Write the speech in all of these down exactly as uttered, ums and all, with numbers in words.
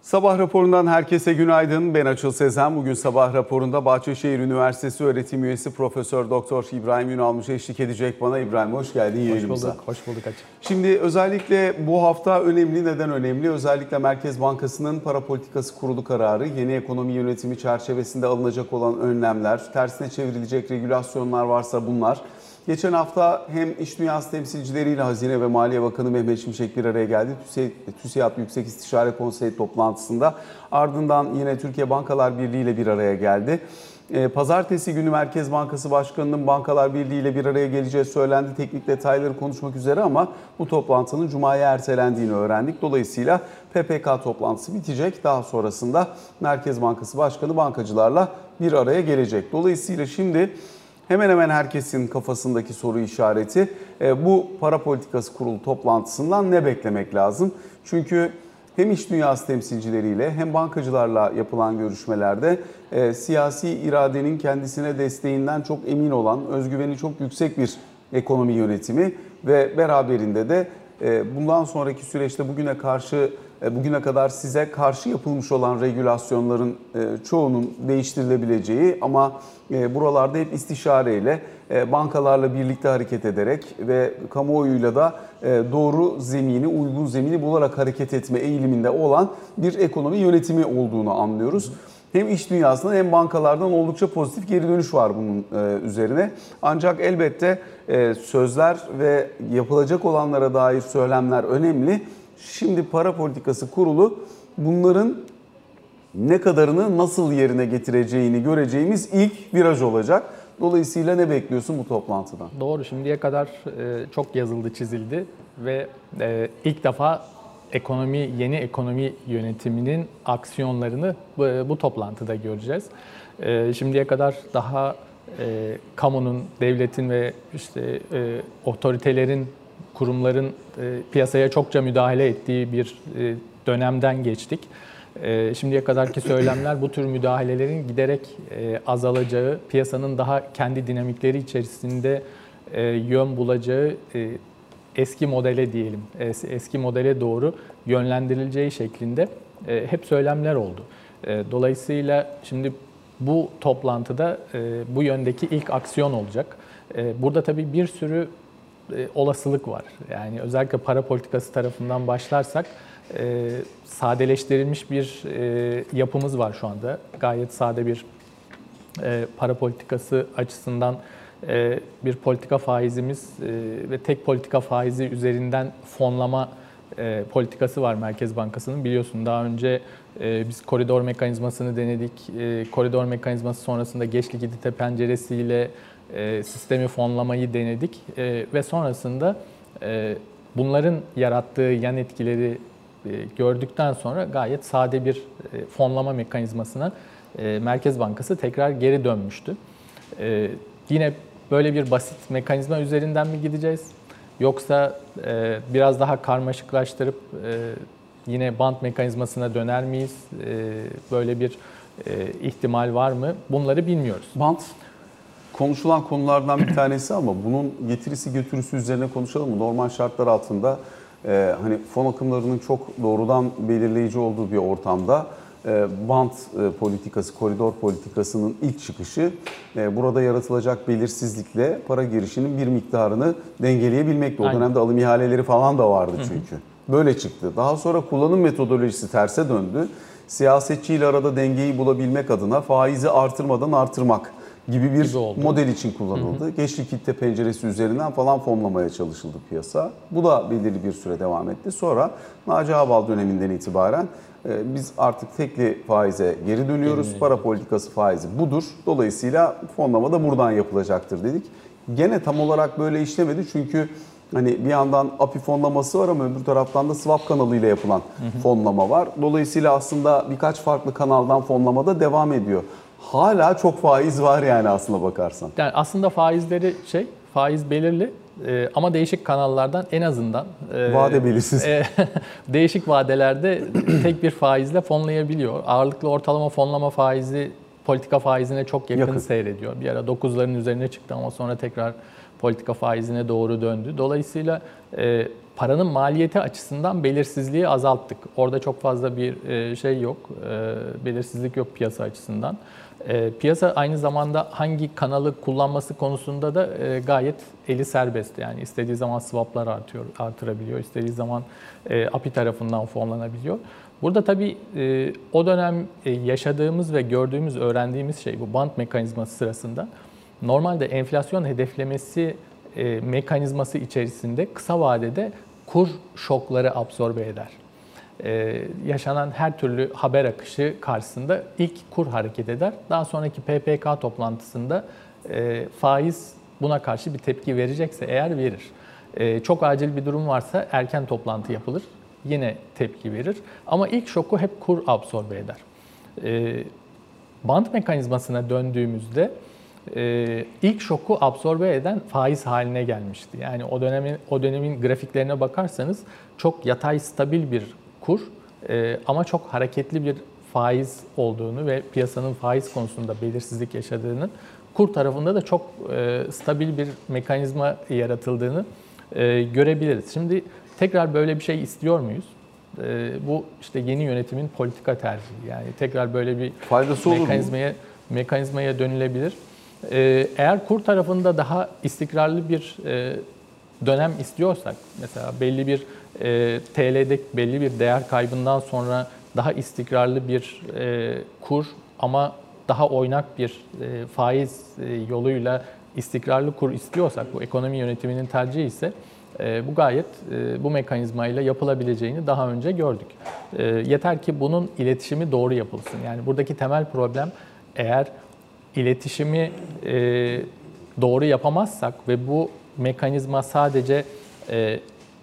Sabah raporundan herkese günaydın. Ben Açıl Sezen. Bugün sabah raporunda Bahçeşehir Üniversitesi öğretim üyesi Profesör Doktor İbrahim Ünalmış eşlik edecek bana. İbrahim hoş geldin yayınımıza. Hoş bulduk, hoş bulduk Açıl. Şimdi özellikle bu hafta önemli. Neden önemli? Özellikle Merkez Bankası'nın para politikası kurulu kararı, yeni ekonomi yönetimi çerçevesinde alınacak olan önlemler, tersine çevrilecek regülasyonlar varsa bunlar. Geçen hafta hem iş dünyası temsilcileriyle Hazine ve Maliye Bakanı Mehmet Şimşek bir araya geldi. TÜSİAD Yüksek İstişare Konseyi toplantısında. Ardından yine Türkiye Bankalar Birliği ile bir araya geldi. Pazartesi günü Merkez Bankası Başkanı'nın Bankalar Birliği ile bir araya geleceği söylendi. Teknik detayları konuşmak üzere ama bu toplantının Cuma'ya ertelendiğini öğrendik. Dolayısıyla P P K toplantısı bitecek. Daha sonrasında Merkez Bankası Başkanı bankacılarla bir araya gelecek. Dolayısıyla şimdi hemen hemen herkesin kafasındaki soru işareti bu para politikası kurulu toplantısından ne beklemek lazım? Çünkü hem iş dünyası temsilcileriyle hem bankacılarla yapılan görüşmelerde e, siyasi iradenin kendisine desteğinden çok emin olan, özgüveni çok yüksek bir ekonomi yönetimi ve beraberinde de e, bundan sonraki süreçte bugüne karşı e, bugüne kadar size karşı yapılmış olan regülasyonların e, çoğunun değiştirilebileceği ama e, buralarda hep istişareyle e, bankalarla birlikte hareket ederek ve kamuoyuyla da e, doğru zemini, uygun zemini bularak hareket etme eğiliminde olan bir ekonomi yönetimi olduğunu anlıyoruz. Hem iş dünyasından hem bankalardan oldukça pozitif geri dönüş var bunun üzerine. Ancak elbette sözler ve yapılacak olanlara dair söylemler önemli. Şimdi para politikası kurulu bunların ne kadarını nasıl yerine getireceğini göreceğimiz ilk viraj olacak. Dolayısıyla ne bekliyorsun bu toplantıdan? Doğru, şimdiye kadar çok yazıldı, çizildi ve ilk defa ekonomi, yeni ekonomi yönetiminin aksiyonlarını bu, bu toplantıda göreceğiz. E, şimdiye kadar daha e, kamunun, devletin ve işte e, otoritelerin, kurumların e, piyasaya çokça müdahale ettiği bir e, dönemden geçtik. E, şimdiye kadarki söylemler bu tür müdahalelerin giderek e, azalacağı, piyasanın daha kendi dinamikleri içerisinde e, yön bulacağı e, eski modele diyelim, eski modele doğru yönlendirileceği şeklinde hep söylemler oldu. Dolayısıyla şimdi bu toplantıda bu yöndeki ilk aksiyon olacak. Burada tabii bir sürü olasılık var. Yani özellikle para politikası tarafından başlarsak sadeleştirilmiş bir yapımız var şu anda. Gayet sade bir para politikası açısından bir politika faizimiz ve tek politika faizi üzerinden fonlama politikası var Merkez Bankası'nın. Biliyorsun daha önce biz koridor mekanizmasını denedik. Koridor mekanizması sonrasında geç likidite penceresiyle sistemi fonlamayı denedik. Ve sonrasında bunların yarattığı yan etkileri gördükten sonra gayet sade bir fonlama mekanizmasına Merkez Bankası tekrar geri dönmüştü. Yine böyle bir basit mekanizma üzerinden mi gideceğiz? Yoksa e, biraz daha karmaşıklaştırıp e, yine bant mekanizmasına döner miyiz? E, böyle bir e, ihtimal var mı? Bunları bilmiyoruz. Bant konuşulan konulardan bir tanesi ama bunun getirisi götürüsü üzerine konuşalım mı? Normal şartlar altında e, hani fon akımlarının çok doğrudan belirleyici olduğu bir ortamda bant politikası, koridor politikasının ilk çıkışı burada yaratılacak belirsizlikle para girişinin bir miktarını dengeleyebilmekti. O dönemde alım ihaleleri falan da vardı çünkü. Böyle çıktı. Daha sonra kullanım metodolojisi terse döndü. Siyasetçiyle arada dengeyi bulabilmek adına faizi artırmadan artırmak gibi bir gibi model için kullanıldı. Hı hı. Geç likidite penceresi üzerinden falan fonlamaya çalışıldı piyasa. Bu da belirli bir süre devam etti. Sonra Naci Ağbal döneminden itibaren biz artık tekli faize geri dönüyoruz. Geri Para politikası faizi budur. Dolayısıyla fonlama da buradan yapılacaktır dedik. Gene tam olarak böyle işlemedi çünkü hani bir yandan A P I fonlaması var ama öbür taraftan da swap kanalıyla yapılan hı hı. fonlama var. Dolayısıyla aslında birkaç farklı kanaldan fonlama da devam ediyor. Hala çok faiz var yani aslına bakarsan. Yani aslında faizleri şey, faiz belirli. Ee, ama değişik kanallardan en azından e, vade belirsiz. E, değişik vadelerde tek bir faizle fonlayabiliyor. Ağırlıklı ortalama fonlama faizi politika faizine çok yakın, yakın seyrediyor. Bir ara dokuzların üzerine çıktı ama sonra tekrar politika faizine doğru döndü. Dolayısıyla e, paranın maliyeti açısından belirsizliği azalttık. Orada çok fazla bir e, şey yok, e, belirsizlik yok piyasa açısından. E, piyasa aynı zamanda hangi kanalı kullanması konusunda da e, gayet eli serbest. Yani istediği zaman swaplar artıyor, artırabiliyor, istediği zaman e, A P I tarafından fonlanabiliyor. Burada tabii e, o dönem e, yaşadığımız ve gördüğümüz, öğrendiğimiz şey bu bant mekanizması sırasında normalde enflasyon hedeflemesi e, mekanizması içerisinde kısa vadede kur şokları absorbe eder. Ee, yaşanan her türlü haber akışı karşısında ilk kur hareket eder. Daha sonraki P P K toplantısında e, faiz buna karşı bir tepki verecekse eğer verir. E, çok acil bir durum varsa erken toplantı yapılır. Yine tepki verir. Ama ilk şoku hep kur absorbe eder. E, bant mekanizmasına döndüğümüzde e, ilk şoku absorbe eden faiz haline gelmişti. Yani o dönemin o dönemin grafiklerine bakarsanız çok yatay, stabil bir kur ee, ama çok hareketli bir faiz olduğunu ve piyasanın faiz konusunda belirsizlik yaşadığını, kur tarafında da çok e, stabil bir mekanizma yaratıldığını e, görebiliriz. Şimdi tekrar böyle bir şey istiyor muyuz? E, bu işte yeni yönetimin politika tercihi. Yani tekrar böyle bir faydası olur mekanizmaya mu? mekanizmaya dönülebilir. E, eğer kur tarafında daha istikrarlı bir e, dönem istiyorsak, mesela belli bir e, T L'de belli bir değer kaybından sonra daha istikrarlı bir e, kur ama daha oynak bir e, faiz e, yoluyla istikrarlı kur istiyorsak, bu ekonomi yönetiminin tercihi ise e, bu gayet e, bu mekanizmayla yapılabileceğini daha önce gördük. E, yeter ki bunun iletişimi doğru yapılsın. Yani buradaki temel problem, eğer iletişimi e, doğru yapamazsak ve bu mekanizma sadece e,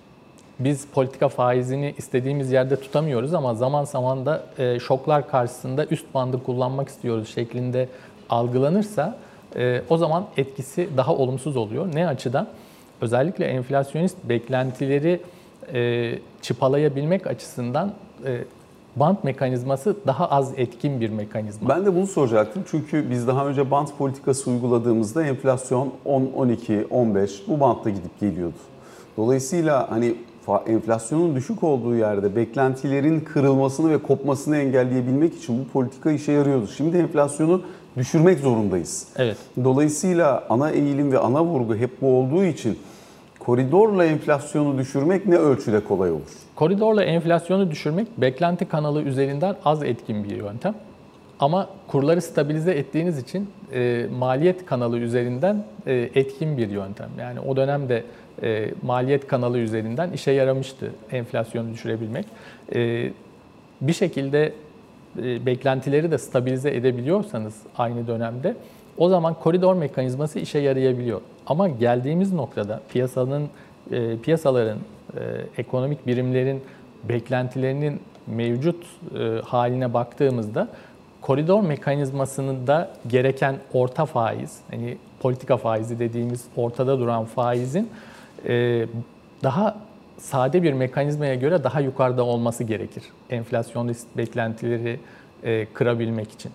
biz politika faizini istediğimiz yerde tutamıyoruz ama zaman zaman da e, şoklar karşısında üst bandı kullanmak istiyoruz şeklinde algılanırsa e, o zaman etkisi daha olumsuz oluyor. Ne açıdan? Özellikle enflasyonist beklentileri e, çıpalayabilmek açısından e, bant mekanizması daha az etkin bir mekanizma. Ben de bunu soracaktım. Çünkü biz daha önce bant politikası uyguladığımızda enflasyon on, on iki, on beş bu bantta gidip geliyordu. Dolayısıyla hani enflasyonun düşük olduğu yerde beklentilerin kırılmasını ve kopmasını engelleyebilmek için bu politika işe yarıyordu. Şimdi enflasyonu düşürmek zorundayız. Evet. Dolayısıyla ana eğilim ve ana vurgu hep bu olduğu için koridorla enflasyonu düşürmek ne ölçüde kolay olur? Koridorla enflasyonu düşürmek beklenti kanalı üzerinden az etkin bir yöntem. Ama kurları stabilize ettiğiniz için e, maliyet kanalı üzerinden e, etkin bir yöntem. Yani o dönemde e, maliyet kanalı üzerinden işe yaramıştı enflasyonu düşürebilmek. E, bir şekilde e, beklentileri de stabilize edebiliyorsanız aynı dönemde o zaman koridor mekanizması işe yarayabiliyor. Ama geldiğimiz noktada piyasanın, e, piyasaların, e, ekonomik birimlerin beklentilerinin mevcut e, haline baktığımızda koridor mekanizmasının da gereken orta faiz, yani politika faizi dediğimiz ortada duran faizin e, daha sade bir mekanizmaya göre daha yukarıda olması gerekir. Enflasyonist beklentileri e, kırabilmek için.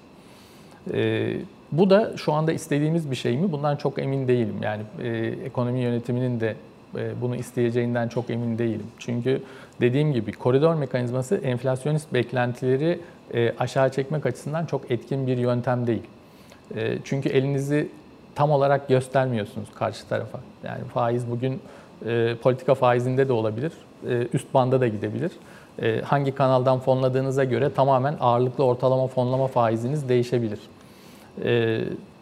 E, bu da şu anda istediğimiz bir şey mi? Bundan çok emin değilim. Yani e, ekonomi yönetiminin de e, bunu isteyeceğinden çok emin değilim. Çünkü dediğim gibi koridor mekanizması enflasyonist beklentileri e, aşağı çekmek açısından çok etkin bir yöntem değil. E, çünkü elinizi tam olarak göstermiyorsunuz karşı tarafa. Yani faiz bugün e, politika faizinde de olabilir, e, üst banda da gidebilir. E, hangi kanaldan fonladığınıza göre tamamen ağırlıklı ortalama fonlama faiziniz değişebilir. E,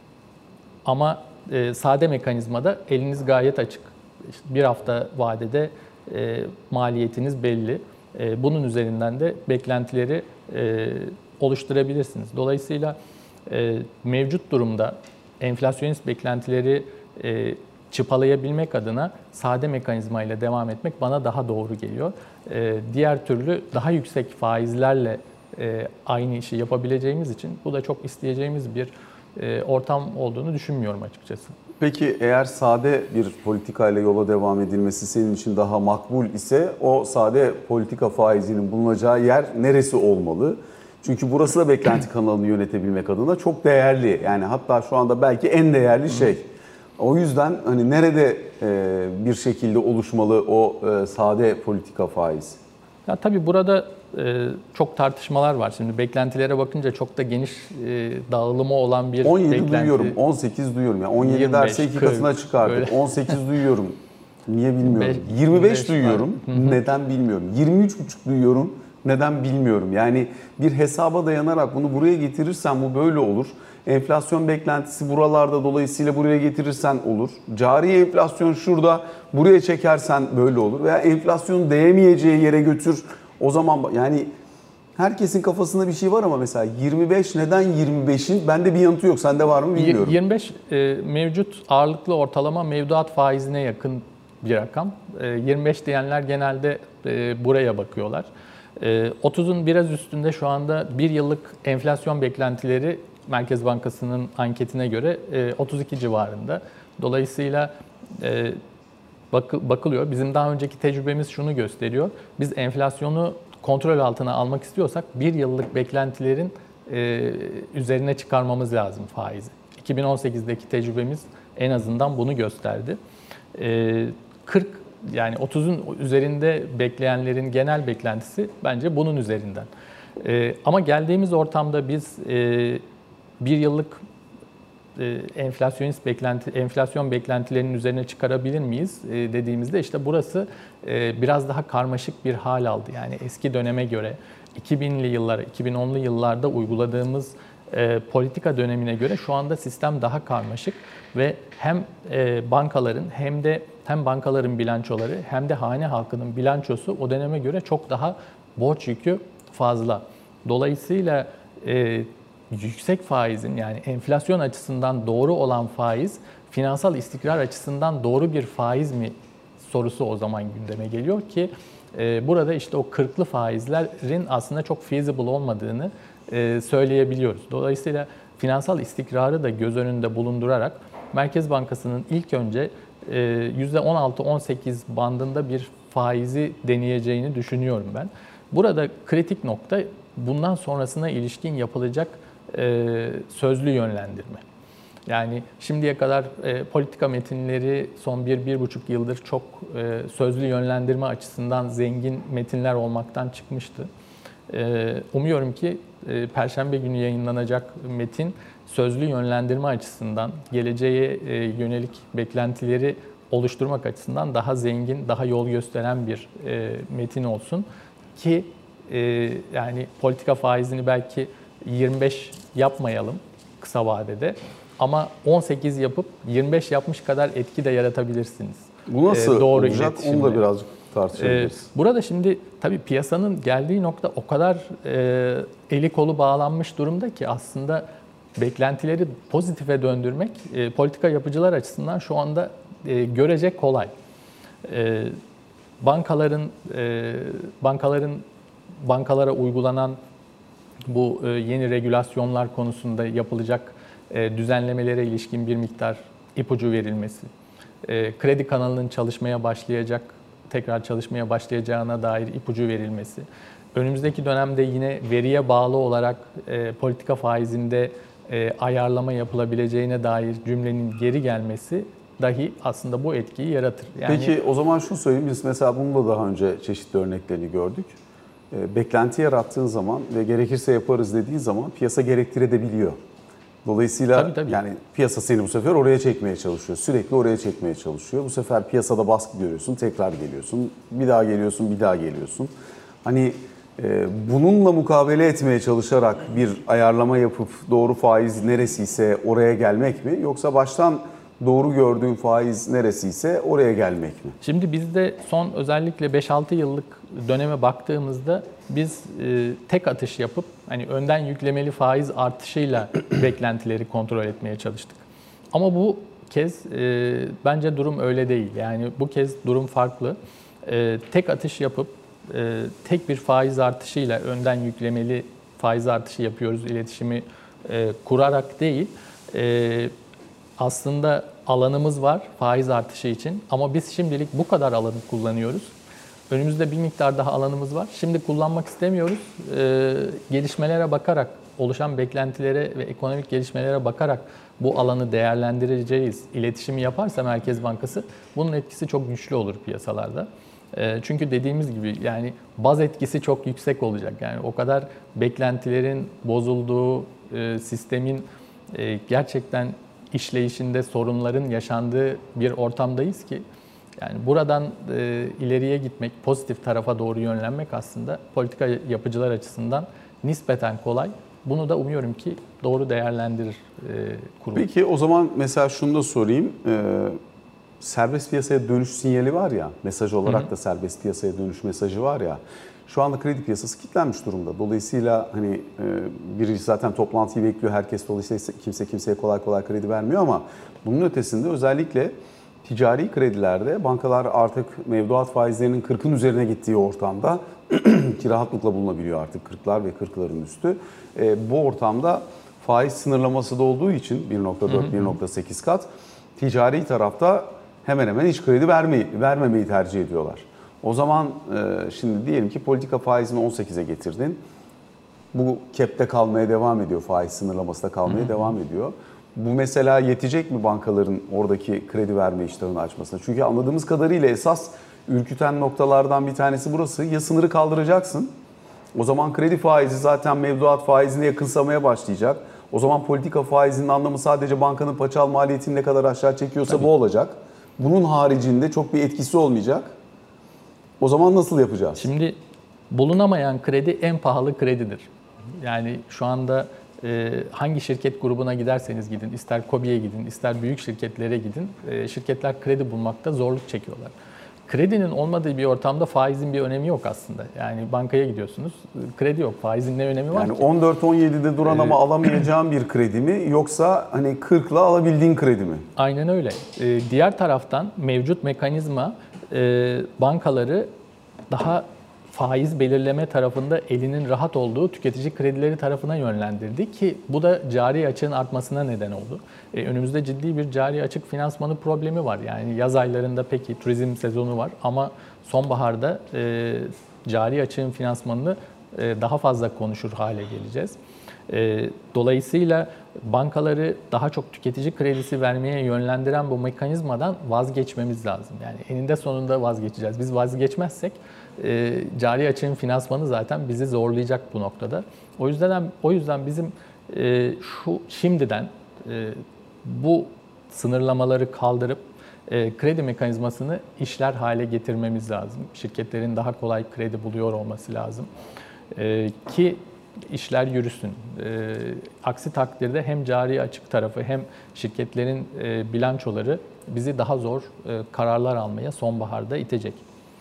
ama e, sade mekanizmada eliniz gayet açık. İşte bir hafta vadede e, maliyetiniz belli. E, bunun üzerinden de beklentileri e, oluşturabilirsiniz. Dolayısıyla e, mevcut durumda enflasyonist beklentileri e, çıpalayabilmek adına sade mekanizmayla devam etmek bana daha doğru geliyor. E, diğer türlü daha yüksek faizlerle e, aynı işi yapabileceğimiz için bu da çok isteyeceğimiz bir e, ortam olduğunu düşünmüyorum açıkçası. Peki eğer sade bir politikayla yola devam edilmesi senin için daha makbul ise o sade politika faizinin bulunacağı yer neresi olmalı? Çünkü burası da beklenti kanalını yönetebilmek adına çok değerli. Yani hatta şu anda belki en değerli şey. O yüzden hani nerede e, bir şekilde oluşmalı o e, sade politika faiz? Ya tabii burada e, çok tartışmalar var. Şimdi beklentilere bakınca çok da geniş e, dağılımı olan bir on yedi beklenti. duyuyorum, on sekiz duyuyorum. Yani on yedi yirmi beş, derse iki kırk, katına çıkardık. öyle. on sekiz duyuyorum. Niye bilmiyorum. Beş- yirmi beş yirmi beş duyuyorum. Neden bilmiyorum. yirmi üç buçuk duyuyorum. Neden bilmiyorum. Yani bir hesaba dayanarak bunu buraya getirirsen bu böyle olur. Enflasyon beklentisi buralarda, dolayısıyla buraya getirirsen olur. Cari enflasyon şurada, buraya çekersen böyle olur. Veya enflasyonun değemeyeceği yere götür. O zaman yani herkesin kafasında bir şey var ama mesela yirmi beş, neden yirmi beşin? Bende bir yanıtı yok. Sende var mı bilmiyorum. yirmi beş e, mevcut ağırlıklı ortalama mevduat faizine yakın bir rakam. E, yirmi beş diyenler genelde e, buraya bakıyorlar. E, otuzun biraz üstünde şu anda bir yıllık enflasyon beklentileri Merkez Bankası'nın anketine göre e, otuz iki civarında. Dolayısıyla e, bakı- bakılıyor. Bizim daha önceki tecrübemiz şunu gösteriyor. Biz enflasyonu kontrol altına almak istiyorsak bir yıllık beklentilerin e, üzerine çıkarmamız lazım faizi. iki bin on sekizdeki tecrübemiz en azından bunu gösterdi. E, kırk yani otuzun üzerinde bekleyenlerin genel beklentisi bence bunun üzerinden. E, ama geldiğimiz ortamda biz e, bir yıllık e, enflasyonist beklenti, enflasyon beklentilerinin üzerine çıkarabilir miyiz e, dediğimizde işte burası e, biraz daha karmaşık bir hal aldı. Yani eski döneme göre iki binli yıllara, iki bin onlu yıllarda uyguladığımız e, politika dönemine göre şu anda sistem daha karmaşık ve hem e, bankaların hem de hem bankaların bilançoları hem de hane halkının bilançosu o döneme göre çok daha borç yükü fazla. Dolayısıyla e, yüksek faizin yani enflasyon açısından doğru olan faiz, finansal istikrar açısından doğru bir faiz mi sorusu o zaman gündeme geliyor ki e, burada işte o kırklı faizlerin aslında çok feasible olmadığını e, söyleyebiliyoruz. Dolayısıyla finansal istikrarı da göz önünde bulundurarak Merkez Bankası'nın ilk önce e, yüzde on altı on sekiz bandında bir faizi deneyeceğini düşünüyorum ben. Burada kritik nokta bundan sonrasına ilişkin yapılacak e, sözlü yönlendirme. Yani şimdiye kadar e, politika metinleri son bir, bir buçuk yıldır çok e, sözlü yönlendirme açısından zengin metinler olmaktan çıkmıştı. E, umuyorum ki e, Perşembe günü yayınlanacak metin sözlü yönlendirme açısından geleceğe e, yönelik beklentileri oluşturmak açısından daha zengin, daha yol gösteren bir e, metin olsun ki e, yani politika faizini belki yirmi beş yapmayalım kısa vadede ama on sekiz yapıp yirmi beş yapmış kadar etki de yaratabilirsiniz. Bu nasıl Ee, doğru olacak? iletişimle. Onu da birazcık tartışabiliriz. Ee, burada şimdi tabii piyasanın geldiği nokta o kadar e, eli kolu bağlanmış durumda ki aslında beklentileri pozitife döndürmek e, politika yapıcılar açısından şu anda e, görecek kolay. E, bankaların e, bankaların bankalara uygulanan bu e, yeni regülasyonlar konusunda yapılacak e, düzenlemelere ilişkin bir miktar ipucu verilmesi, e, kredi kanalının çalışmaya başlayacak, tekrar çalışmaya başlayacağına dair ipucu verilmesi, önümüzdeki dönemde yine veriye bağlı olarak e, politika faizinde e, ayarlama yapılabileceğine dair cümlenin geri gelmesi dahi aslında bu etkiyi yaratır. Yani, Peki o zaman şunu söyleyeyim, biz mesela bunu da daha önce çeşitli örneklerini gördük. Beklenti yarattığın zaman ve gerekirse yaparız dediğin zaman piyasa gerektirebiliyor. Dolayısıyla tabii, tabii. yani piyasa seni bu sefer oraya çekmeye çalışıyor. Sürekli oraya çekmeye çalışıyor. Bu sefer piyasada baskı görüyorsun, tekrar geliyorsun. Bir daha geliyorsun, bir daha geliyorsun. Hani e, bununla mukabele etmeye çalışarak bir ayarlama yapıp doğru faiz neresiyse oraya gelmek mi? Yoksa baştan doğru gördüğün faiz neresiyse oraya gelmek mi? Şimdi bizde son özellikle beş altı yıllık döneme baktığımızda biz e, tek atış yapıp hani önden yüklemeli faiz artışıyla beklentileri kontrol etmeye çalıştık. Ama bu kez e, bence durum öyle değil. Yani bu kez durum farklı. E, tek atış yapıp e, tek bir faiz artışıyla önden yüklemeli faiz artışı yapıyoruz iletişimi e, kurarak değil. E, Aslında alanımız var faiz artışı için ama biz şimdilik bu kadar alanı kullanıyoruz. Önümüzde bir miktar daha alanımız var. Şimdi kullanmak istemiyoruz. Ee, gelişmelere bakarak, oluşan beklentilere ve ekonomik gelişmelere bakarak bu alanı değerlendireceğiz. İletişimi yaparsa Merkez Bankası bunun etkisi çok güçlü olur piyasalarda. Ee, çünkü dediğimiz gibi yani baz etkisi çok yüksek olacak. Yani o kadar beklentilerin bozulduğu, e, sistemin e, gerçekten işleyişinde sorunların yaşandığı bir ortamdayız ki yani buradan e, ileriye gitmek, pozitif tarafa doğru yönlenmek aslında politika yapıcılar açısından nispeten kolay. Bunu da umuyorum ki doğru değerlendirir e, kurum. Peki o zaman mesela şunu da sorayım. Ee, serbest piyasaya dönüş sinyali var ya, mesaj olarak Hı-hı. da serbest piyasaya dönüş mesajı var ya. Şu anda kredi piyasası kilitlenmiş durumda. Dolayısıyla hani e, biri zaten toplantıyı bekliyor. Herkes dolayısıyla kimse kimseye kolay kolay kredi vermiyor ama bunun ötesinde özellikle ticari kredilerde bankalar artık mevduat faizlerinin kırkın üzerine gittiği ortamda ki rahatlıkla bulunabiliyor artık kırklar ve kırkların üstü. E, bu ortamda faiz sınırlaması da olduğu için bir nokta dört bir nokta sekiz kat ticari tarafta hemen hemen hiç kredi vermeyi, vermemeyi tercih ediyorlar. O zaman e, şimdi diyelim ki politika faizini on sekize getirdin. Bu cap'te kalmaya devam ediyor, faiz sınırlamasında kalmaya hı hı. devam ediyor. Bu mesela yetecek mi bankaların oradaki kredi verme iştahını açmasına? Çünkü anladığımız kadarıyla esas ürküten noktalardan bir tanesi burası. Ya sınırı kaldıracaksın, o zaman kredi faizi zaten mevduat faizine yakınsamaya başlayacak. O zaman politika faizinin anlamı sadece bankanın paçal maliyetini ne kadar aşağı çekiyorsa Tabii. bu olacak. Bunun haricinde çok bir etkisi olmayacak. O zaman nasıl yapacağız? Şimdi bulunamayan kredi en pahalı kredidir. Yani şu anda e, hangi şirket grubuna giderseniz gidin, ister KOBİ'ye gidin, ister büyük şirketlere gidin, e, şirketler kredi bulmakta zorluk çekiyorlar. Kredinin olmadığı bir ortamda faizin bir önemi yok aslında. Yani bankaya gidiyorsunuz, kredi yok. Faizin ne önemi var yani ki? on dört on yedide duran ee, ama alamayacağın bir kredi mi yoksa hani kırkla alabildiğin kredi mi? Aynen öyle. Ee, diğer taraftan mevcut mekanizma e, bankaları daha faiz belirleme tarafında elinin rahat olduğu tüketici kredileri tarafına yönlendirdi ki bu da cari açığın artmasına neden oldu. Ee, önümüzde ciddi bir cari açık finansmanı problemi var. Yani yaz aylarında peki turizm sezonu var ama sonbaharda e, cari açığın finansmanını e, daha fazla konuşur hale geleceğiz. E, dolayısıyla bankaları daha çok tüketici kredisi vermeye yönlendiren bu mekanizmadan vazgeçmemiz lazım. Yani eninde sonunda vazgeçeceğiz. Biz vazgeçmezsek e, cari açığın finansmanı zaten bizi zorlayacak bu noktada. O yüzden o yüzden bizim e, şu şimdiden e, bu sınırlamaları kaldırıp e, kredi mekanizmasını işler hale getirmemiz lazım. Şirketlerin daha kolay kredi buluyor olması lazım e, ki işler yürüsün. E, aksi takdirde hem cari açık tarafı hem şirketlerin e, bilançoları bizi daha zor e, kararlar almaya sonbaharda itecek.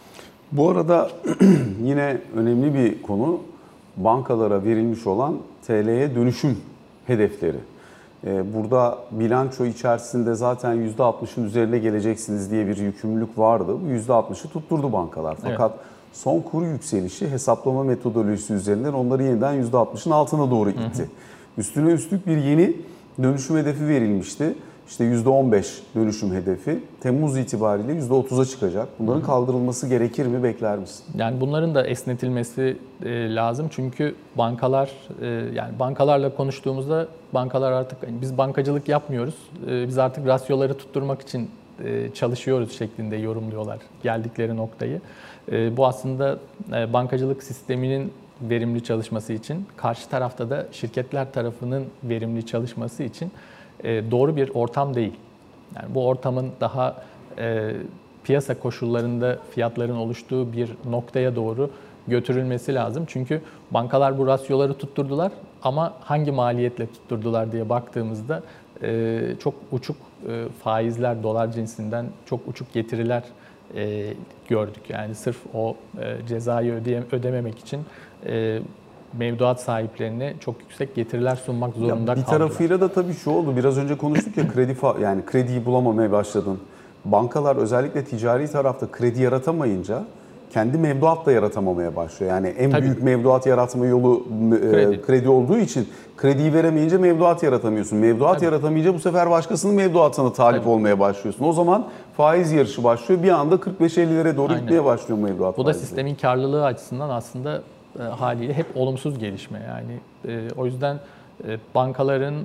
Bu arada yine önemli bir konu bankalara verilmiş olan T L'ye dönüşüm hedefleri. E, burada bilanço içerisinde zaten yüzde altmışın üzerine geleceksiniz diye bir yükümlülük vardı. Bu yüzde altmışı tutturdu bankalar. Fakat evet. son kur yükselişi hesaplama metodolojisi üzerinden onları yeniden yüzde altmışın altına doğru itti. Hı hı. Üstüne üstlük bir yeni dönüşüm hedefi verilmişti. İşte yüzde on beş dönüşüm hedefi Temmuz itibariyle yüzde otuza çıkacak. Bunların hı hı. kaldırılması gerekir mi, bekler misin? Yani bunların da esnetilmesi e, lazım. Çünkü bankalar e, yani bankalarla konuştuğumuzda bankalar artık biz bankacılık yapmıyoruz. E, biz artık rasyoları tutturmak için e, çalışıyoruz şeklinde yorumluyorlar geldikleri noktayı. Bu aslında bankacılık sisteminin verimli çalışması için, karşı tarafta da şirketler tarafının verimli çalışması için doğru bir ortam değil. Yani bu ortamın daha piyasa koşullarında fiyatların oluştuğu bir noktaya doğru götürülmesi lazım. Çünkü bankalar bu rasyoları tutturdular ama hangi maliyetle tutturdular diye baktığımızda çok uçuk faizler, dolar cinsinden çok uçuk getiriler E, gördük. Yani sırf o e, cezayı ödeye, ödememek için e, mevduat sahiplerine çok yüksek getiriler sunmak zorunda kaldılar. Bir tarafıyla da tabii şu oldu. Biraz önce konuştuk ya kredi yani krediyi bulamamaya başladın. Bankalar özellikle ticari tarafta kredi yaratamayınca kendi mevduat da yaratamamaya başlıyor. Yani en tabii. büyük mevduat yaratma yolu kredi. kredi olduğu için krediyi veremeyince mevduat yaratamıyorsun. Mevduat Tabii. yaratamayınca bu sefer başkasının mevduatına talip Tabii. olmaya başlıyorsun. O zaman faiz yarışı başlıyor. Bir anda kırk beş ellilere doğru Aynen. gitmeye başlıyor mevduat Bu da faizleri. sistemin karlılığı açısından aslında e, haliyle hep olumsuz gelişme. Yani e, o yüzden e, bankaların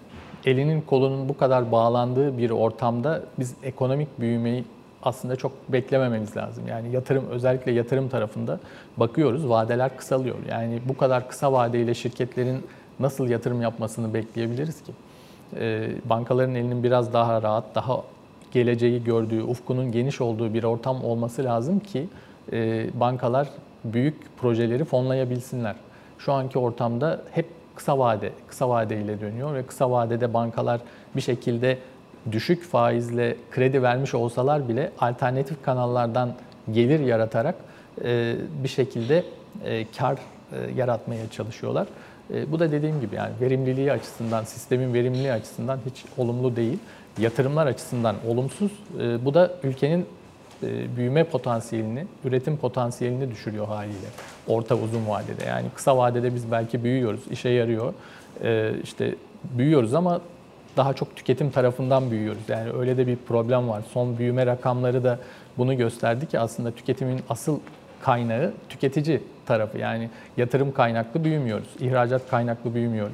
elinin kolunun bu kadar bağlandığı bir ortamda biz ekonomik büyümeyi aslında çok beklemememiz lazım. Yani yatırım, özellikle yatırım tarafında bakıyoruz, vadeler kısalıyor. Yani bu kadar kısa vadeyle şirketlerin nasıl yatırım yapmasını bekleyebiliriz ki? E, bankaların elinin biraz daha rahat, daha geleceği gördüğü, ufkunun geniş olduğu bir ortam olması lazım ki e, bankalar büyük projeleri fonlayabilsinler. Şu anki ortamda hep kısa vade, kısa vadeyle dönüyor ve kısa vadede bankalar bir şekilde düşük faizle kredi vermiş olsalar bile alternatif kanallardan gelir yaratarak e, bir şekilde e, kar e, yaratmaya çalışıyorlar. E, bu da dediğim gibi yani verimliliği açısından, sistemin verimliliği açısından hiç olumlu değil. Yatırımlar açısından olumsuz. E, bu da ülkenin e, büyüme potansiyelini, üretim potansiyelini düşürüyor haliyle. Orta uzun vadede. Yani kısa vadede biz belki büyüyoruz, işe yarıyor. E, işte büyüyoruz ama daha çok tüketim tarafından büyüyoruz. Yani öyle de bir problem var. Son büyüme rakamları da bunu gösterdi ki aslında tüketimin asıl kaynağı tüketici tarafı. Yani yatırım kaynaklı büyümüyoruz, ihracat kaynaklı büyümüyoruz,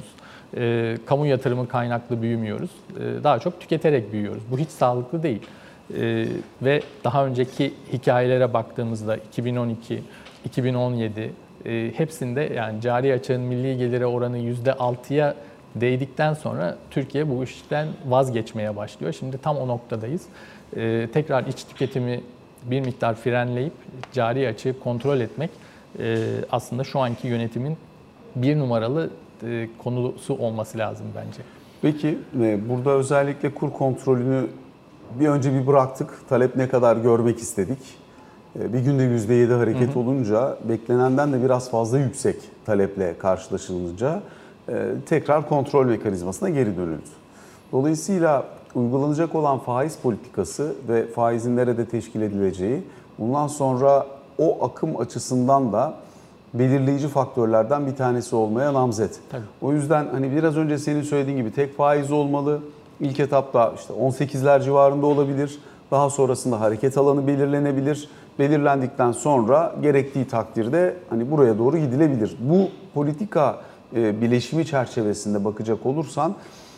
e, kamu yatırımı kaynaklı büyümüyoruz. E, daha çok tüketerek büyüyoruz. Bu hiç sağlıklı değil. E, ve daha önceki hikayelere baktığımızda iki bin on iki, iki bin on yedi e, hepsinde yani cari açığın milli gelire oranı yüzde altıya değdikten sonra Türkiye bu işten vazgeçmeye başlıyor. Şimdi tam o noktadayız. Ee, tekrar iç tüketimi bir miktar frenleyip cari açığı kontrol etmek e, aslında şu anki yönetimin bir numaralı e, konusu olması lazım bence. Peki e, burada özellikle kur kontrolünü bir önce bir bıraktık. Talep ne kadar görmek istedik. E, bir günde yüzde yedi hareket hı hı. olunca beklenenden de biraz fazla yüksek taleple karşılaşılınca tekrar kontrol mekanizmasına geri dönüldü. Dolayısıyla uygulanacak olan faiz politikası ve faizin nerede teşkil edileceği bundan sonra o akım açısından da belirleyici faktörlerden bir tanesi olmaya namzet. Tabii. O yüzden hani biraz önce senin söylediğin gibi tek faiz olmalı. İlk etapta işte on sekizler civarında olabilir. Daha sonrasında hareket alanı belirlenebilir. Belirlendikten sonra gerektiği takdirde hani buraya doğru gidilebilir. Bu politika bileşimi çerçevesinde bakacak olursan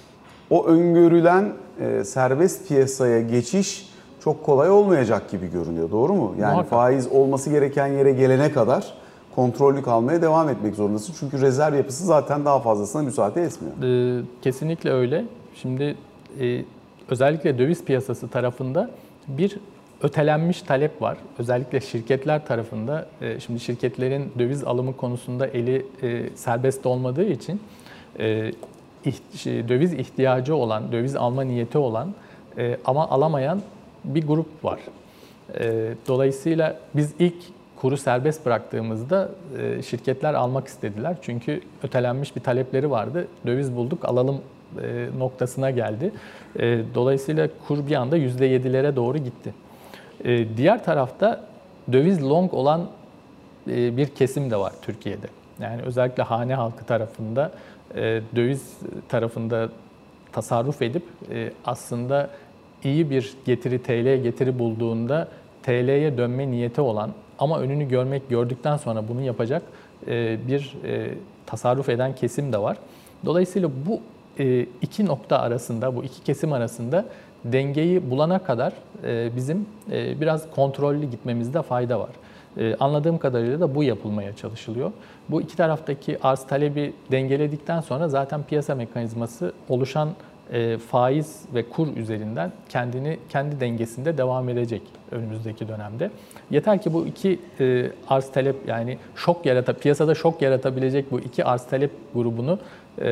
o öngörülen e, serbest piyasaya geçiş çok kolay olmayacak gibi görünüyor. Doğru mu? Yani Muhakkak. Faiz olması gereken yere gelene kadar kontrollü kalmaya devam etmek zorundasın. Çünkü rezerv yapısı zaten daha fazlasına müsaade etmiyor. Ee, kesinlikle öyle. Şimdi e, özellikle döviz piyasası tarafında bir ötelenmiş talep var. Özellikle şirketler tarafında, e, şimdi şirketlerin döviz alımı konusunda eli e, serbest olmadığı için e, iht, döviz ihtiyacı olan, döviz alma niyeti olan e, ama alamayan bir grup var. E, dolayısıyla biz ilk kuru serbest bıraktığımızda e, şirketler almak istediler. Çünkü ötelenmiş bir talepleri vardı. Döviz bulduk, alalım e, noktasına geldi. E, dolayısıyla kur bir anda yüzde yedilere doğru gitti. E, diğer tarafta döviz long olan e, bir kesim de var Türkiye'de. Yani özellikle hane halkı tarafında e, döviz tarafında tasarruf edip e, aslında iyi bir getiri, T L'ye getiri bulduğunda T L'ye dönme niyeti olan ama önünü görmek gördükten sonra bunu yapacak e, bir e, tasarruf eden kesim de var. Dolayısıyla bu e, iki nokta arasında, bu iki kesim arasında dengeyi bulana kadar e, bizim e, biraz kontrollü gitmemizde fayda var. E, anladığım kadarıyla da bu yapılmaya çalışılıyor. Bu iki taraftaki arz talebi dengeledikten sonra zaten piyasa mekanizması oluşan e, faiz ve kur üzerinden kendini kendi dengesinde devam edecek önümüzdeki dönemde. Yeter ki bu iki e, arz talep yani şok yarata piyasada şok yaratabilecek bu iki arz talep grubunu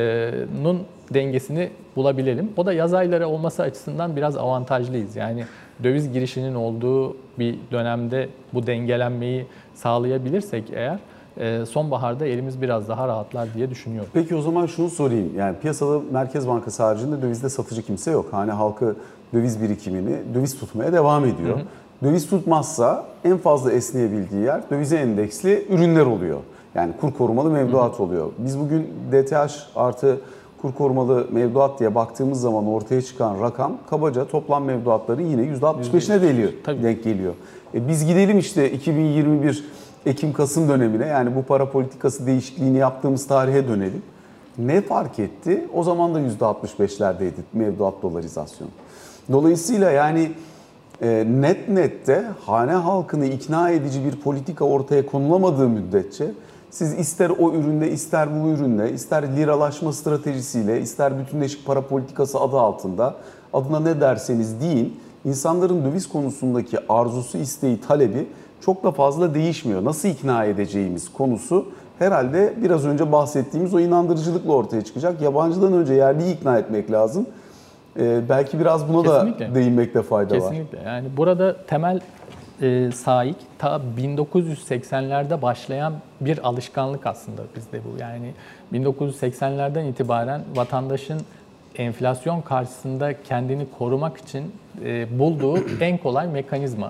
nun dengesini bulabilelim. O da yaz ayları olması açısından biraz avantajlıyız. Yani döviz girişinin olduğu bir dönemde bu dengelenmeyi sağlayabilirsek eğer sonbaharda elimiz biraz daha rahatlar diye düşünüyorum. Peki o zaman şunu sorayım. Yani piyasada Merkez Bankası haricinde dövizde satıcı kimse yok. Hani halkı döviz birikimini döviz tutmaya devam ediyor. Hı hı. Döviz tutmazsa en fazla esneyebildiği yer dövize endeksli ürünler oluyor. Yani kur korumalı mevduat oluyor. Biz bugün D T H artı kur korumalı mevduat diye baktığımız zaman ortaya çıkan rakam kabaca toplam mevduatların yine yüzde altmış beşine deliyor, denk geliyor. E biz gidelim işte iki bin yirmi bir Ekim-Kasım dönemine, yani bu para politikası değişikliğini yaptığımız tarihe dönelim. Ne fark etti? O zaman da yüzde altmış beşlerdeydi mevduat dolarizasyonu. Dolayısıyla yani e, net nette hane halkını ikna edici bir politika ortaya konulamadığı müddetçe siz ister o üründe, ister bu üründe, ister liralaşma stratejisiyle, ister bütünleşik para politikası adı altında, adına ne derseniz deyin, insanların döviz konusundaki arzusu, isteği, talebi çok da fazla değişmiyor. Nasıl ikna edeceğimiz konusu herhalde biraz önce bahsettiğimiz o inandırıcılıkla ortaya çıkacak. Yabancıdan önce yerliyi ikna etmek lazım. Ee, belki biraz buna Kesinlikle. da değinmekte fayda Kesinlikle. var. Kesinlikle. Yani burada temel e, sahip ta bin dokuz yüz seksenlerde başlayan bir alışkanlık aslında bizde bu. Yani bin dokuz yüz seksenlerden itibaren vatandaşın enflasyon karşısında kendini korumak için e, bulduğu en kolay mekanizma.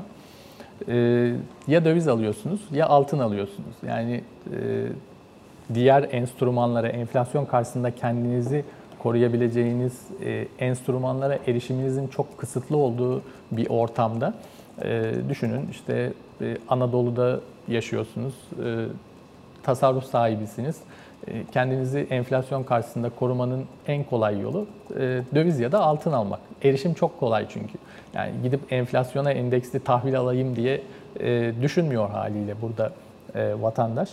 E, ya döviz alıyorsunuz ya altın alıyorsunuz. Yani e, diğer enstrümanlara, enflasyon karşısında kendinizi koruyabileceğiniz e, enstrümanlara erişiminizin çok kısıtlı olduğu bir ortamda e, düşünün işte e, Anadolu'da yaşıyorsunuz, e, tasarruf sahibisiniz. E, kendinizi enflasyon karşısında korumanın en kolay yolu e, döviz ya da altın almak. Erişim çok kolay çünkü. Yani gidip enflasyona endeksli tahvil alayım diye e, düşünmüyor haliyle burada e, vatandaş.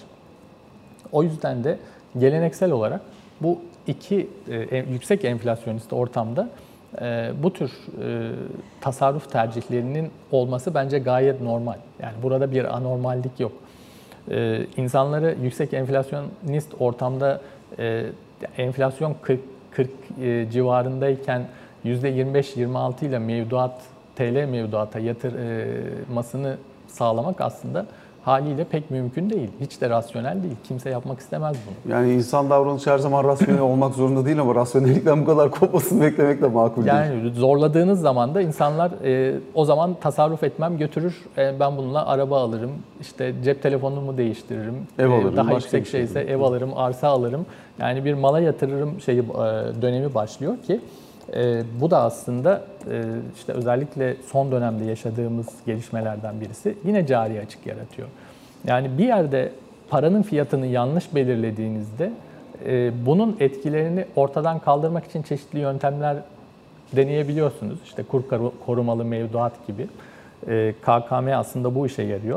O yüzden de geleneksel olarak bu iki e, yüksek enflasyonist ortamda e, bu tür e, tasarruf tercihlerinin olması bence gayet normal. Yani burada bir anormallik yok. E, insanları yüksek enflasyonist ortamda e, enflasyon kırk, kırk e, civarındayken yüzde yirmi beş yirmi altı ile mevduat, T L mevduata yatırmasını sağlamak aslında haliyle pek mümkün değil. Hiç de rasyonel değil. Kimse yapmak istemez bunu. Yani insan davranışı her zaman rasyonel olmak zorunda değil ama rasyonellikten bu kadar kopmasını beklemek de makul değil. Yani zorladığınız zaman da insanlar e, o zaman tasarruf etmem götürür. E, ben bununla araba alırım, işte cep telefonumu değiştiririm. Ev alırım, e, daha başka yüksek bir şey şeyse alırım. ev alırım, arsa alırım. Yani bir mala yatırırım şeyi e, dönemi başlıyor ki e, bu da aslında e, işte özellikle son dönemde yaşadığımız gelişmelerden birisi yine cari açık yaratıyor. Yani bir yerde paranın fiyatını yanlış belirlediğinizde e, bunun etkilerini ortadan kaldırmak için çeşitli yöntemler deneyebiliyorsunuz. İşte kur korumalı mevduat gibi. E, K K M aslında bu işe yarıyor.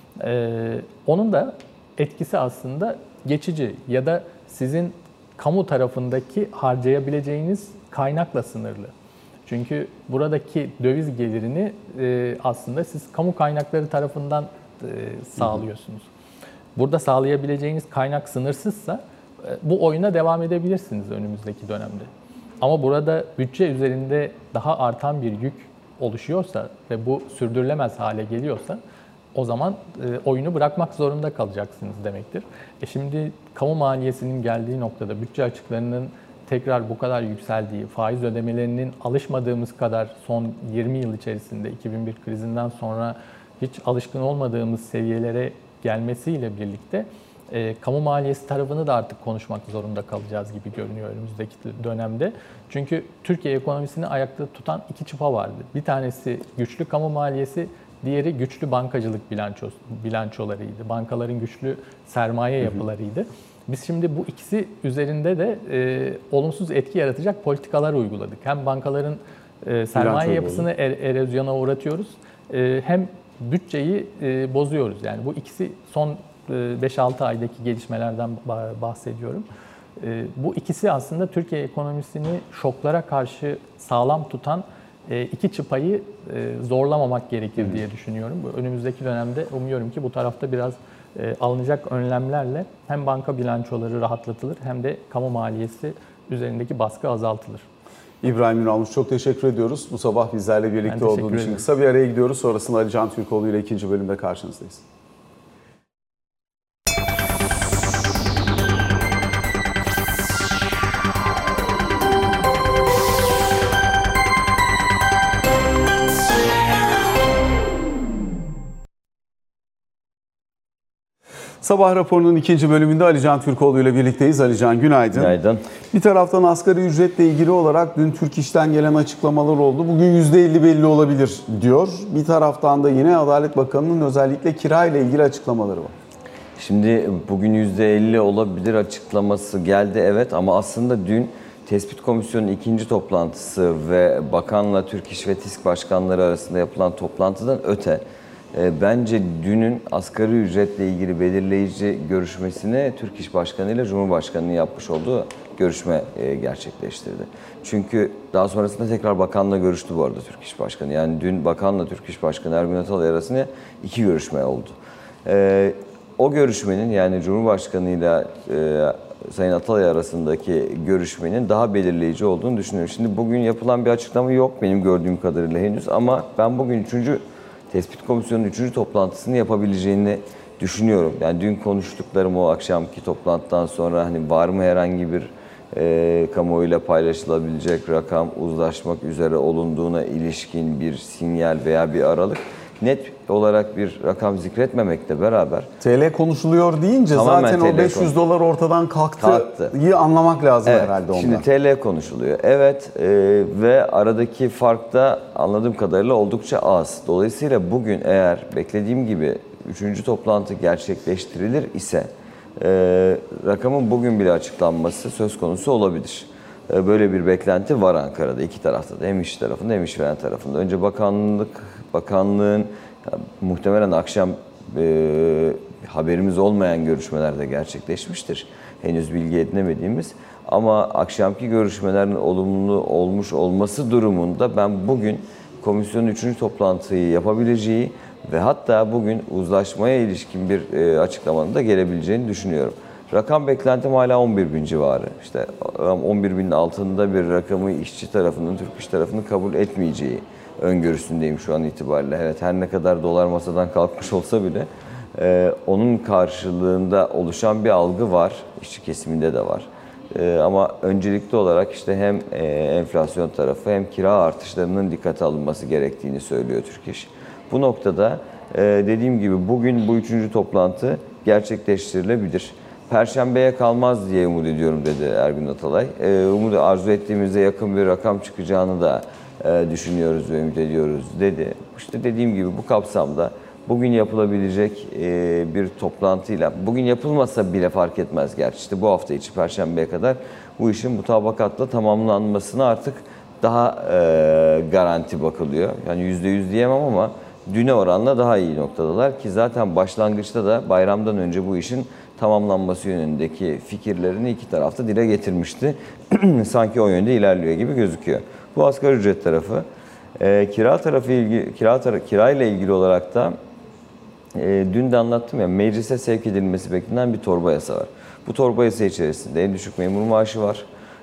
E, onun da etkisi aslında geçici ya da sizin kamu tarafındaki harcayabileceğiniz kaynakla sınırlı. Çünkü buradaki döviz gelirini e, aslında siz kamu kaynakları tarafından e, sağlıyorsunuz. Burada sağlayabileceğiniz kaynak sınırsızsa e, bu oyuna devam edebilirsiniz önümüzdeki dönemde. Ama burada bütçe üzerinde daha artan bir yük oluşuyorsa ve bu sürdürülemez hale geliyorsa o zaman e, oyunu bırakmak zorunda kalacaksınız demektir. E şimdi kamu maliyesinin geldiği noktada bütçe açıklarının tekrar bu kadar yükseldiği, faiz ödemelerinin alışmadığımız kadar son yirmi yıl içerisinde iki bin bir krizinden sonra hiç alışkın olmadığımız seviyelere gelmesiyle birlikte e, kamu maliyesi tarafını da artık konuşmak zorunda kalacağız gibi görünüyor önümüzdeki dönemde. Çünkü Türkiye ekonomisini ayakta tutan iki çıpa vardı. Bir tanesi güçlü kamu maliyesi, diğeri güçlü bankacılık bilanço, bilançolarıydı. Bankaların güçlü sermaye yapılarıydı. Biz şimdi bu ikisi üzerinde de e, olumsuz etki yaratacak politikalar uyguladık. Hem bankaların e, sermaye yapısını er, erozyona uğratıyoruz, e, hem bütçeyi e, bozuyoruz. Yani bu ikisi son e, beş altı aydaki gelişmelerden bahsediyorum. E, bu ikisi aslında Türkiye ekonomisini şoklara karşı sağlam tutan e, iki çıpayı e, zorlamamak gerekir Hı. diye düşünüyorum. Önümüzdeki dönemde umuyorum ki bu tarafta biraz e, alınacak önlemlerle hem banka bilançoları rahatlatılır hem de kamu maliyesi üzerindeki baskı azaltılır. İbrahim Ünalmış, çok teşekkür ediyoruz. Bu sabah bizlerle birlikte olduğun için. Kısa bir araya gidiyoruz. Sonrasında Ali Can Türkoğlu ile ikinci bölümde karşınızdayız. Sabah raporunun ikinci bölümünde Ali Can Türkoğlu ile birlikteyiz. Ali Can, günaydın. Günaydın. Bir taraftan asgari ücretle ilgili olarak dün Türk İş'ten gelen açıklamalar oldu. Bugün yüzde elli belli olabilir diyor. Bir taraftan da yine Adalet Bakanı'nın özellikle kira ile ilgili açıklamaları var. Şimdi bugün yüzde elli olabilir açıklaması geldi, evet, ama aslında dün Tespit Komisyonu'nun ikinci toplantısı ve Bakan'la Türk İş ve TİSK başkanları arasında yapılan toplantıdan öte bence dünün asgari ücretle ilgili belirleyici görüşmesini Türk İş Başkanı ile Cumhurbaşkanı'nın yapmış olduğu görüşme gerçekleştirdi. Çünkü daha sonrasında tekrar Bakan'la görüştü bu arada Türk İş Başkanı. Yani dün Bakan'la Türk İş Başkanı Ergün Atalay arasında iki görüşme oldu. O görüşmenin, yani Cumhurbaşkanı ile Sayın Atalay arasındaki görüşmenin daha belirleyici olduğunu düşünüyorum. Şimdi bugün yapılan bir açıklama yok benim gördüğüm kadarıyla henüz, ama ben bugün üçüncü Tespit Komisyonu'nun üçüncü toplantısını yapabileceğini düşünüyorum. Yani dün konuştuklarım o akşamki toplantıdan sonra hani var mı herhangi bir e, kamuoyuyla paylaşılabilecek rakam, uzlaşmak üzere olunduğuna ilişkin bir sinyal veya bir aralık, net olarak bir rakam zikretmemekle beraber T L konuşuluyor deyince zaten o beş yüz dolar ortadan kalktı. kalktı. İyi anlamak lazım evet, herhalde ondan. Şimdi T L konuşuluyor. Evet, e, ve aradaki fark da anladığım kadarıyla oldukça az. Dolayısıyla bugün eğer beklediğim gibi üçüncü toplantı gerçekleştirilir ise e, rakamın bugün bile açıklanması söz konusu olabilir. E, böyle bir beklenti var Ankara'da, iki tarafta da, hem iş tarafında hem işveren tarafında. Önce bakanlık Bakanlığın ya, muhtemelen akşam e, haberimiz olmayan görüşmelerde gerçekleşmiştir. Henüz bilgi edinemediğimiz, ama akşamki görüşmelerin olumlu olmuş olması durumunda ben bugün komisyonun üçüncü toplantıyı yapabileceği ve hatta bugün uzlaşmaya ilişkin bir e, açıklamanın da gelebileceğini düşünüyorum. Rakam beklentim hala on bir bin civarı. İşte on bir binin altında bir rakamı işçi tarafının, Türk İş tarafının kabul etmeyeceği öngörüsündeyim şu an itibariyle. Evet, her ne kadar dolar masadan kalkmış olsa bile e, onun karşılığında oluşan bir algı var. İşçi kesiminde de var. E, ama öncelikli olarak işte hem e, enflasyon tarafı hem kira artışlarının dikkate alınması gerektiğini söylüyor Türk İş. Bu noktada e, dediğim gibi bugün bu üçüncü toplantı gerçekleştirilebilir. Perşembeye kalmaz diye umut ediyorum dedi Ergün Atalay. E, umut arzu ettiğimizde yakın bir rakam çıkacağını da e, düşünüyoruz ve ümit ediyoruz dedi. İşte dediğim gibi bu kapsamda bugün yapılabilecek e, bir toplantıyla, bugün yapılmasa bile fark etmez gerçi. İşte bu hafta içi Perşembe'ye kadar bu işin mutabakatla tamamlanmasına artık daha e, garanti bakılıyor. Yani yüzde yüz diyemem ama düne oranla daha iyi noktadalar ki zaten başlangıçta da bayramdan önce bu işin tamamlanması yönündeki fikirlerini iki tarafta dile getirmişti. Sanki o yönde ilerliyor gibi gözüküyor. Bu asgari ücret tarafı. E, kira tarafı ilgi, kira tar- kira ile ilgili olarak da e, dün de anlattım ya, meclise sevk edilmesi beklenen bir torba yasa var. Bu torba yasa içerisinde en düşük memur maaşı var.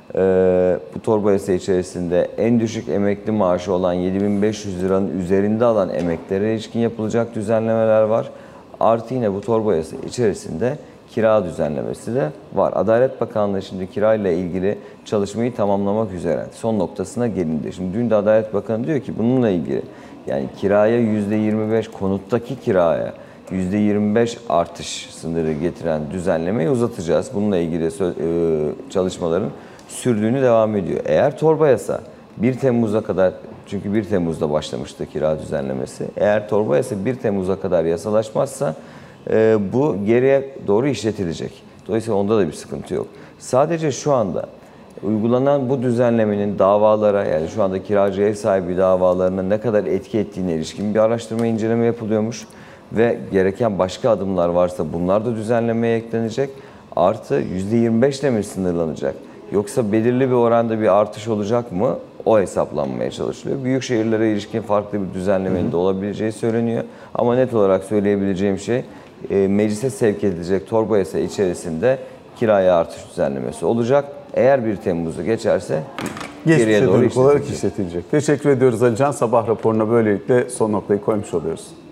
E, bu torba yasa içerisinde en düşük emekli maaşı olan yedi bin beş yüz liranın üzerinde alan emeklilere ilişkin yapılacak düzenlemeler var. Artı yine bu torba yasa içerisinde kira düzenlemesi de var. Adalet Bakanlığı şimdi kira ile ilgili çalışmayı tamamlamak üzere son noktasına gelindi. Şimdi dün de Adalet Bakanı diyor ki bununla ilgili, yani kiraya yüzde yirmi beş, konuttaki kiraya yüzde yirmi beş artış sınırı getiren düzenlemeyi uzatacağız. Bununla ilgili çalışmaların sürdüğünü devam ediyor. Eğer torba yasa bir Temmuz'a kadar, çünkü bir Temmuz'da başlamıştı kira düzenlemesi. Eğer torba yasa bir Temmuz'a kadar yasalaşmazsa e, bu geriye doğru işletilecek. Dolayısıyla onda da bir sıkıntı yok. Sadece şu anda uygulanan bu düzenlemenin davalara, yani şu anda kiracı ev sahibi davalarına ne kadar etki ettiğine ilişkin bir araştırma, inceleme yapılıyormuş. Ve gereken başka adımlar varsa bunlar da düzenlemeye eklenecek. Artı yüzde yirmi beş ile mi sınırlanacak? Yoksa belirli bir oranda bir artış olacak mı? O hesaplanmaya çalışılıyor. Büyük şehirlere ilişkin farklı bir düzenlemenin de olabileceği söyleniyor. Ama net olarak söyleyebileceğim şey, meclise sevk edilecek torba yasa içerisinde kiraya artış düzenlemesi olacak. Eğer bir Temmuz'u geçerse geriye doğru olarak işletilecek. Teşekkür ediyoruz Ali Can. Sabah raporuna böylelikle son noktayı koymuş oluyoruz.